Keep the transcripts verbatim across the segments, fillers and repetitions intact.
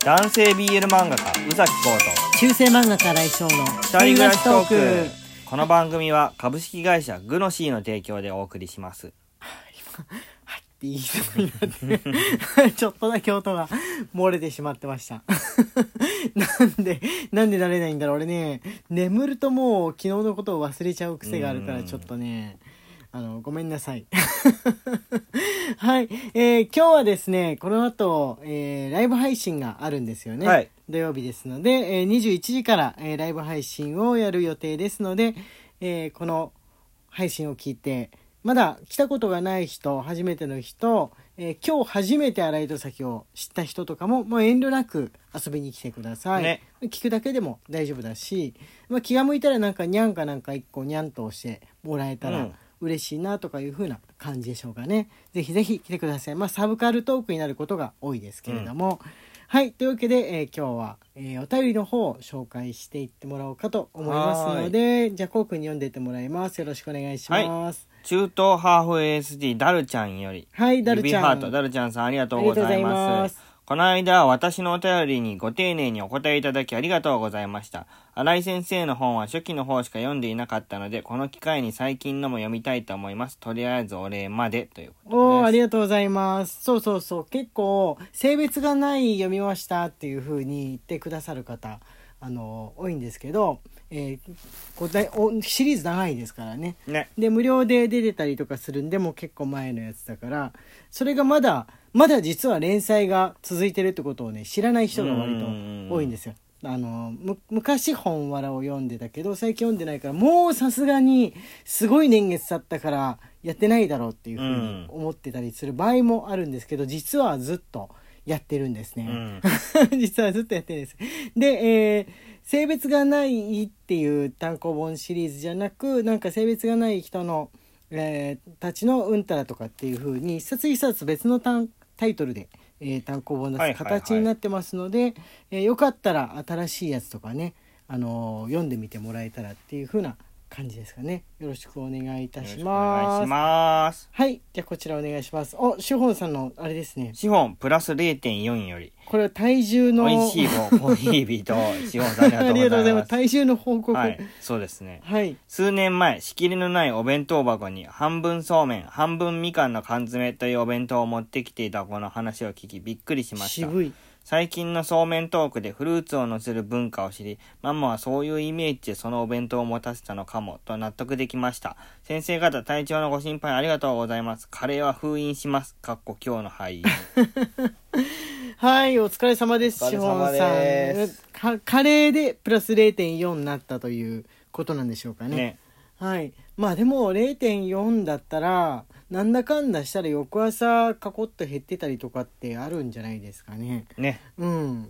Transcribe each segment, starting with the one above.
男性 ビーエル 漫画家宇崎浩と中世漫画家来翔の二人暮らしトーク。この番組は株式会社グノシーの提供でお送りします。 はいって言いそうになってちょっとだけ音が漏れてしまってましたなんでなんで慣れないんだろう。俺ね、眠るともう昨日のことを忘れちゃう癖があるから、ちょっとねあのごめんなさいはい、えー、今日はですね、この後、えー、ライブ配信があるんですよね、はい、土曜日ですので、えー、にじゅういちじから、えー、ライブ配信をやる予定ですので、えー、この配信を聞いてまだ来たことがない人、初めての人、えー、今日初めて荒井戸崎を知った人とかも、もう遠慮なく遊びに来てください、ね、聞くだけでも大丈夫だし、まあ、気が向いたらなんかニャンかなんか一個ニャンと押してもらえたら、うん、嬉しいなとかいう風な感じでしょうかね。ぜひぜひ来てください。まあサブカルトークになることが多いですけれども、うん、はい、というわけで、えー、今日は、えー、お便りの方を紹介していってもらおうかと思いますので、じゃあこうくんに読んでいってもらいます。よろしくお願いします。 はい、中東ハーフ エーエスディー ダルちゃんより、 はい、ダルちゃん、 指ハートダルちゃんさんありがとうございます。この間私のお便りにご丁寧にお答えいただきありがとうございました。新井先生の本は初期の方しか読んでいなかったので、この機会に最近のも読みたいと思います。とりあえずお礼までということです。 おー、ありがとうございます。そうそうそう、結構性別がない読みましたっていう風に言ってくださる方あの多いんですけど、えー、こうシリーズ長いですから ね, ねで無料で出てたりとかするんで、もう結構前のやつだから、それがまだまだ実は連載が続いてるってことをね知らない人が割と多いんですよ。あのむ昔本わらを読んでたけど最近読んでないから、もうさすがにすごい年月経ったからやってないだろうっていうふうに思ってたりする場合もあるんですけど、実はずっとやってるんですね、うん、実はずっとやってるんです。で、えー、性別がないっていう単行本シリーズじゃなく、なんか性別がない人の、えー、たちのうんたらとかっていう風に一冊一冊別の単タイトルで、えー、単行本出す形になってますので、はいはいはい、えー、よかったら新しいやつとかね、あのー、読んでみてもらえたらっていう風な感じですかね。よろしくお願いいたします。よろしくお願いします。はい、じゃあこちらお願いします。お、シフォンさんのあれですね。 シフォンプラス れいてんよん より、 これは体重のおいしい棒コーヒービーとシフォンさんありがとうございます。ありがとうございます。 体重の報告、 はい、そうですね、 はい、 数年前仕切りのないお弁当箱に半分そうめん半分みかんの缶詰というお弁当を持ってきていたこの話を聞きびっくりしました。 渋い。 最近のそうめんトークでフルーツを乗せる文化を知り、ママはそういうイメージでそのお弁当を持たせたのかもと納得できました。先生方体調のご心配ありがとうございます。カレーは封印します。かっこ今日の俳優はい、お疲れ様です。 お疲れ様です。 かカレーでプラス れいてんよん になったということなんでしょうかね。ね、はい。まあでも れいてんよん だったらなんだかんだしたら翌朝カコッと減ってたりとかってあるんじゃないですかね。 ね。 うん。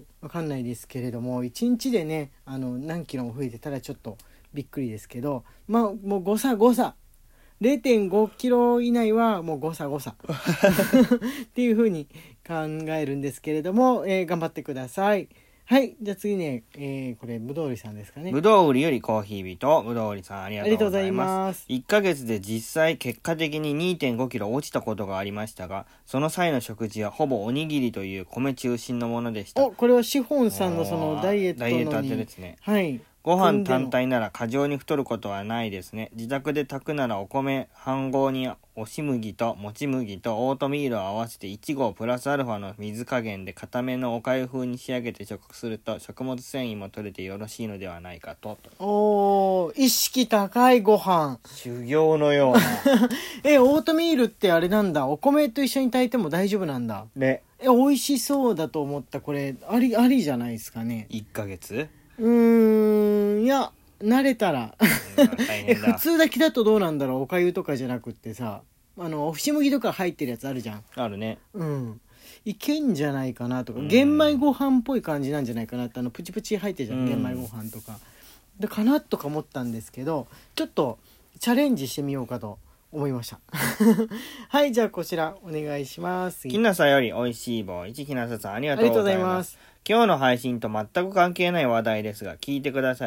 わかんないですけれども、いちにちでね、あの何キロも増えてたらちょっとびっくりですけど、まあもう誤差誤差。れいてんごキロ以内はもう誤差誤差っていう風に考えるんですけれども、えー、頑張ってください。はい、じゃあ次ね、えー、これぶどう売りさんですかね。 ぶどう売りよりコーヒー人、ぶどう売りさんありがとうございます。いっかげつで実際結果的に にてんごキロ落ちたことがありましたが、その際の食事はほぼおにぎりという米中心のものでした。 お、これはシフォンさんのそのダイエットのにダイエット当てですね。 はい。 ご飯単体なら過剰に太ることはないですね。自宅で炊くならお米半合に押し麦ともち麦とオートミールを合わせていち合プラスアルファの水加減で固めのおかゆ風に仕上げて食すると食物繊維も取れてよろしいのではないかと。 おー、意識高いご飯。 修行のようなえ、オートミールってあれなんだ。お米と一緒に炊いても大丈夫なんだ。 ね。 え、美味しそうだと思った。これありありじゃないですかね。 いっかげつうーん、いや慣れたら大変だ普通だけだとどうなんだろう。おかゆとかじゃなくってさ、あの押し麦とか入ってるやつあるじゃん。 あるね。 うん、いけんじゃないかなとか、玄米ご飯っぽい感じなんじゃないかなって、あのプチプチ入ってるじゃん、玄米ご飯とかでかなとか思ったんですけど、ちょっとチャレンジしてみようかと思いましたはい、じゃあこちらお願いします。 きなさよりおいしい棒いちきなささんありがとうございます。今日の配信と全く関係ない話題ですが聞いてください。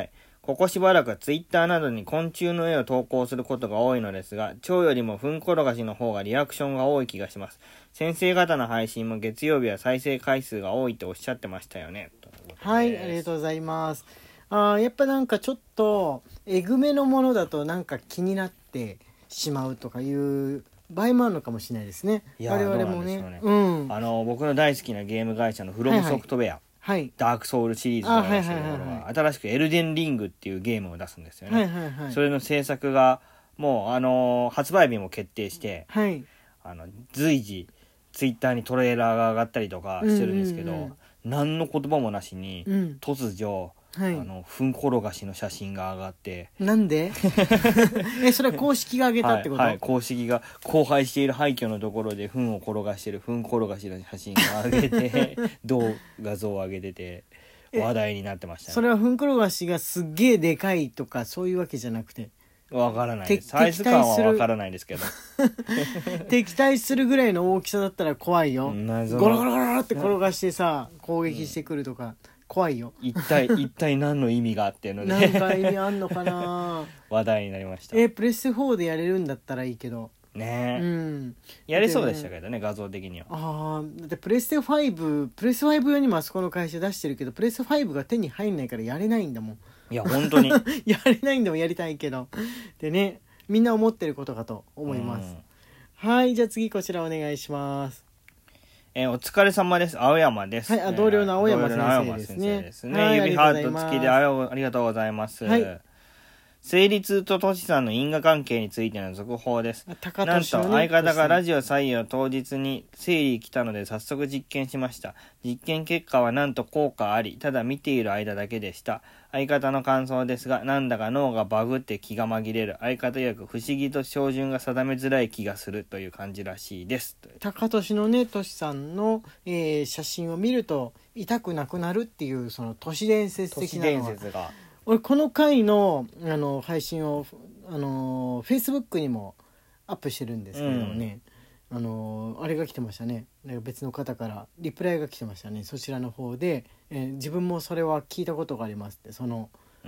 ここしばらくツイッターなどに昆虫の絵を投稿することが多いのですが、蝶よりも糞転がしの方がリアクションが多い気がします。先生方の配信も月曜日は再生回数が多いっておっしゃってましたよね。 はい、ありがとうございます。あやっぱなんかちょっとえぐめのものだとなんか気になってしまうとかいう場合もあるのかもしれないですね。 いや我々もね、 ね、 うん、 あの僕の大好きなゲーム会社のフロムソフトウェア、はいはい、ダークソウルシリーズの出してるところが新しくエルデンリングっていうゲームを出すんですよね、はいはいはい、それの制作がもうあのー、発売日も決定して、はい、あの随時ツイッターにトレーラーが上がったりとかしてるんですけど、うんうんうん、何の言葉もなしに、うん、突如はい、あの糞転がしの写真が上がって、 なんでえそれは公式が上げたってこと？ はい、はい、公式が荒廃している廃墟のところで糞を転がしている糞転がしの写真が上げて動画像を上げてて話題になってましたね。 それは糞転がしがすっげえでかいとかそういうわけじゃなくて、 わからないです。サイズ感はわからないですけど敵対するぐらいの大きさだったら怖いよ。ゴロゴロゴロって転がしてさ攻撃してくるとか、うん怖いよ。 一体一体何の意味があっていうのでなんか意味あんのかな話題になりました。 えプレステフォーでやれるんだったらいいけどねえ、 うん、 やれそうでしたけどね、画像的には。 あだってプレステファイブプレステファイブ用にもあそこの会社出してるけどプレステファイブが手に入んないからやれないんだもん。 いや本当にやれないんだもん。やりたいけどでねみんな思ってることかと思います。はいじゃあ次こちらお願いします。 えー、お疲れ様です。青山です。 はい、あ同僚の青山先生ですね。 ですね、はい、指ハート付きでありがとうございます。はい、生理痛とトシさんの因果関係についての続報です。なんと相方がラジオ採用当日に生理来たので早速実験しました。実験結果はなんと効果あり、ただ見ている間だけでした。相方の感想ですが、なんだか脳がバグって気が紛れる。相方曰く不思議と照準が定めづらい気がするという感じらしいです。 高俊のねトシさんの、えー、写真を見ると痛くなくなるっていうその都市伝説的なのが。 都市伝説が俺この回の、あの配信をあの Facebook にもアップしてるんですけれどもね、うん、あのあれが来てましたね。なんか別の方からリプライが来てましたね。そちらの方で、えー、自分もそれは聞いたことがありますってその、うん、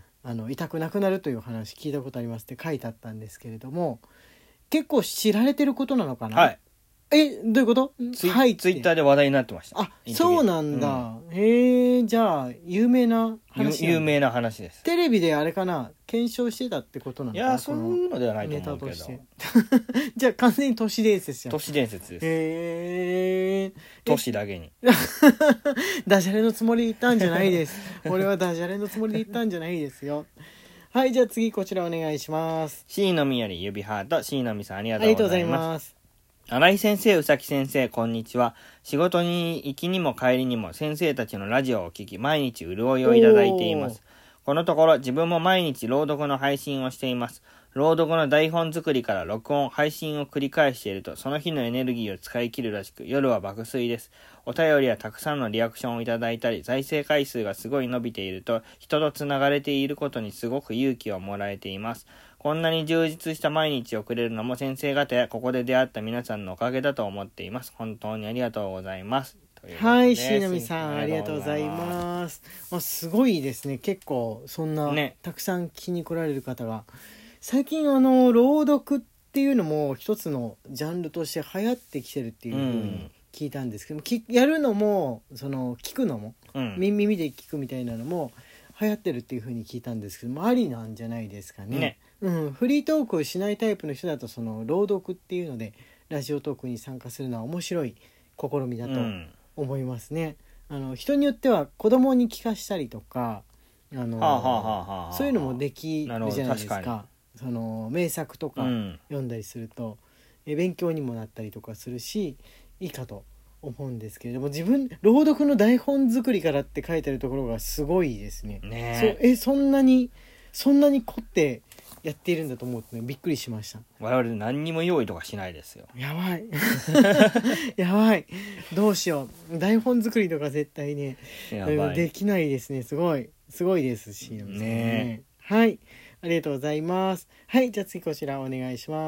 あの痛くなくなるという話聞いたことありますって書いてあったんですけれども結構知られてることなのかな。 はいえどういうことツイ、はい、ツイッターで話題になってました。 あそうなんだ、うん、へえじゃあ有名な話有名な話です。 テレビであれかな検証してたってことなのかな。 いやそういうのではないと思うけどじゃあ完全に都市伝説じゃん。 都市伝説です。 へえ都市だけにダジャレのつもりで言ったんじゃないです俺はダジャレのつもりで言ったんじゃないですよ。はいじゃあ次こちらお願いします。 C のみより指ハート C のみさんありがとうございます。新井先生、宇崎先生、こんにちは。仕事に行きにも帰りにも先生たちのラジオを聞き、毎日潤いをいただいています。このところ自分も毎日朗読の配信をしています。朗読の台本作りから録音、配信を繰り返していると、その日のエネルギーを使い切るらしく、夜は爆睡です。お便りやたくさんのリアクションをいただいたり、再生回数がすごい伸びていると、人とつながれていることにすごく勇気をもらえています。こんなに充実した毎日を送れるのも先生方やここで出会った皆さんのおかげだと思っています。本当にありがとうございます。 はい、しのみさんありがとうございます。まあ、すごいですね。結構そんな、ね、たくさん聞きに来られる方が最近あの朗読っていうのも一つのジャンルとして流行ってきてるっていうふうに聞いたんですけど、うん、やるのもその聞くのも、うん、耳で聞くみたいなのも流行ってるっていうふうに聞いたんですけどもありなんじゃないですかね。ねうん、フリートークをしないタイプの人だとその朗読っていうのでラジオトークに参加するのは面白い試みだと思いますね。うん、あの人によっては子供に聞かしたりとかあの、はあはあはあ、そういうのもできるじゃないですか。その名作とか読んだりすると、うん、え勉強にもなったりとかするしいいかと思うんですけれども自分朗読の台本作りからって書いてあるところがすごいですね。ねそえそんなにそんなに凝ってやっているんだと思うとねびっくりしました。 我々何にも用意とかしないですよ。 やばいやばいどうしよう台本作りとか絶対ねできないですね。すごいすごいですしね。ねはいありがとうございます。はいじゃあ次こちらお願いします。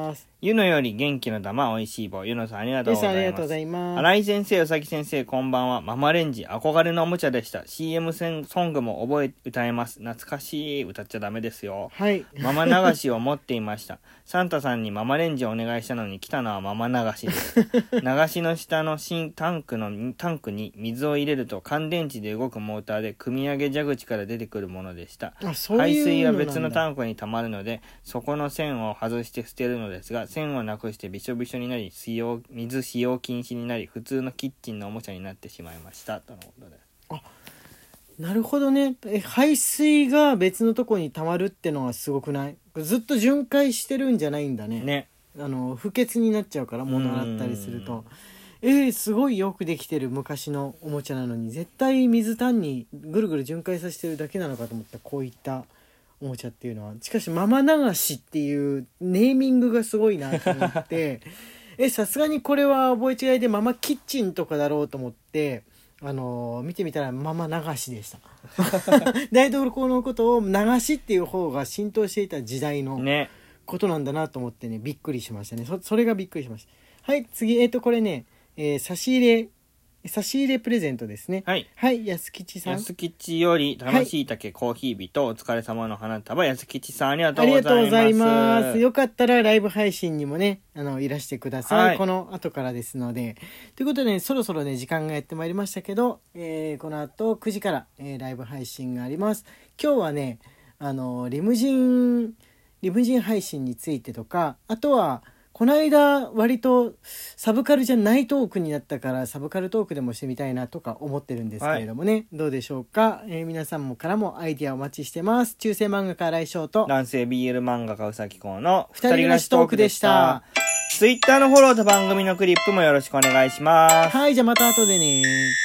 ゆのより元気の玉おいしい棒。ゆのさんありがとうございます。 ありがとうございます。 新井先生、うさぎ先生こんばんは。ママレンジ憧れのおもちゃでした。 シーエム ソングも覚え歌えます。懐かしい。歌っちゃダメですよ。 はいママ流しを持っていました。サンタさんにママレンジをお願いしたのに来たのはママ流しです。流しの下の新タンクのタンクに水を入れると乾電池で動くモーターで汲み上げ蛇口から出てくるものでした。 あ、そういうのなんだ。 排水は別のタンクに溜まるので、そこの線を外して捨てるのですが、線をなくしてびしょびしょになり、使用水使用禁止になり、普通のキッチンのおもちゃになってしまいましたとのことです。 あ、なるほどね。え、排水が別のとこに溜まるってのはすごくない？ずっと巡回してるんじゃないんだね。 ね。 あの不潔になっちゃうから物洗ったりすると。えー、すごいよくできてる昔のおもちゃなのに、絶対水単にぐるぐる巡回させてるだけなのかと思った。こういったおもちゃっていうのは。しかしママ流しっていうネーミングがすごいなと思ってえ、さすがにこれは覚え違いでママキッチンとかだろうと思って、あのー、見てみたらママ流しでした台所のことを流しっていう方が浸透していた時代のことなんだなと思ってね、びっくりしましたね。 そ, それがびっくりしました。はい、次、えっとこれね、えー、差し入れ差し入れプレゼントですね。 はい。 はい、安吉さん。 安吉より楽しい竹コーヒー日とお疲れ様の花束、安吉さんありがとうございます。ありがとうございます。 よかったらライブ配信にもね、あのいらしてください。はい、この後からですので。ということで、ね、そろそろね時間がやってまいりましたけど、えー、この後くじから、えー、ライブ配信があります。今日はね、あのリムジンリムジン配信についてとか、あとはこの間割とサブカルじゃないトークになったからサブカルトークでもしてみたいなとか思ってるんですけれどもね、はい、どうでしょうか、えー、皆さんもからもアイディアお待ちしてます。中世漫画家来翔と男性 ビーエル 漫画家うさきこうの二人暮らしトークでした。 ツイッターのフォローと番組のクリップもよろしくお願いします。 はい、じゃあまた後でね。